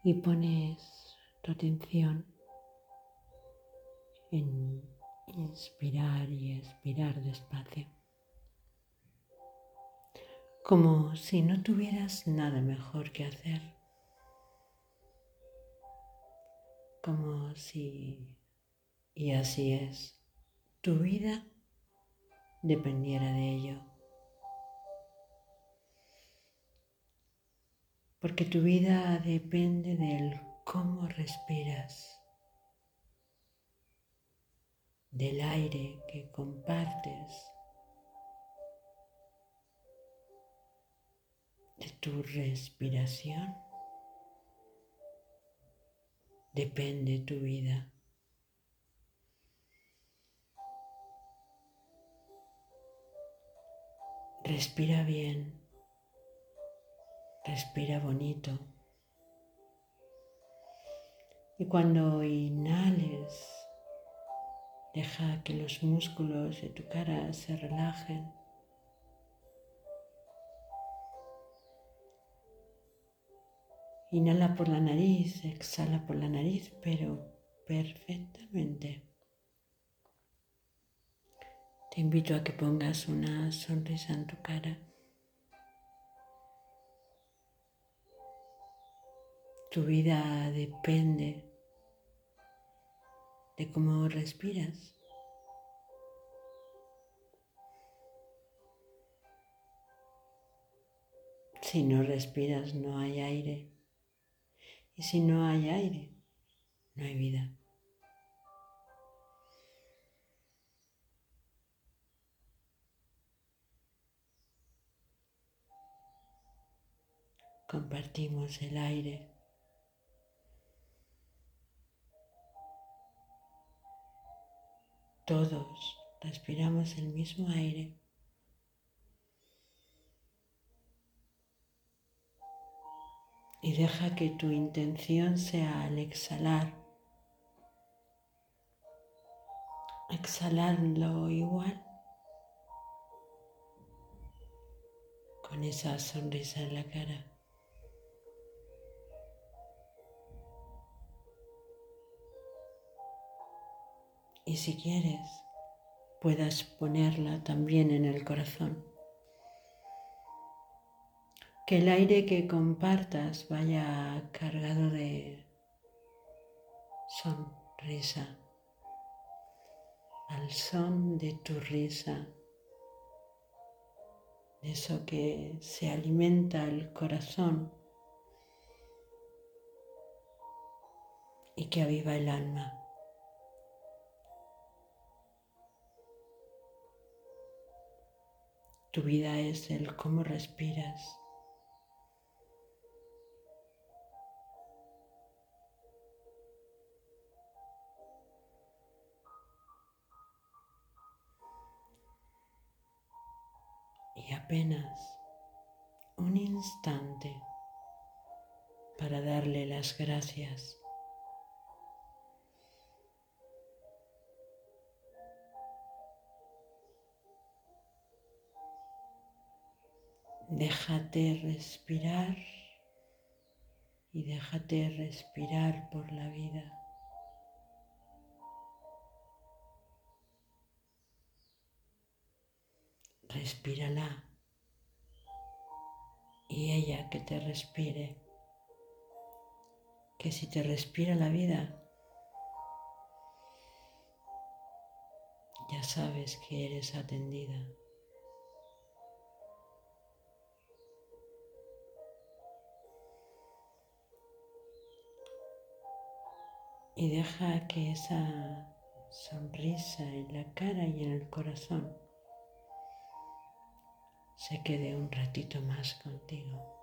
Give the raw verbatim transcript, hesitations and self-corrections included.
y pones tu atención en inspirar y expirar despacio, como si no tuvieras nada mejor que hacer, como si, y así es, tu vida dependiera de ello, porque tu vida depende del cómo respiras, del aire que compartes, de tu respiración, depende tu vida. Respira bien, respira bonito. Y cuando inhales, deja que los músculos de tu cara se relajen. Inhala por la nariz, exhala por la nariz, pero perfectamente. Te invito a que pongas una sonrisa en tu cara. Tu vida depende de cómo respiras. Si no respiras, no hay aire. Y si no hay aire, no hay vida. Compartimos el aire. Todos respiramos el mismo aire. Y deja que tu intención sea al exhalar. Exhalarlo igual. Con esa sonrisa en la cara. Y si quieres, puedas ponerla también en el corazón. Que el aire que compartas vaya cargado de sonrisa, al son de tu risa, de eso que se alimenta el corazón y que aviva el alma. Tu vida es el cómo respiras. Y apenas un instante para darle las gracias. Déjate respirar y déjate respirar por la vida. Respírala y ella que te respire, que si te respira la vida, ya sabes que eres atendida. Y deja que esa sonrisa en la cara y en el corazón se quede un ratito más contigo.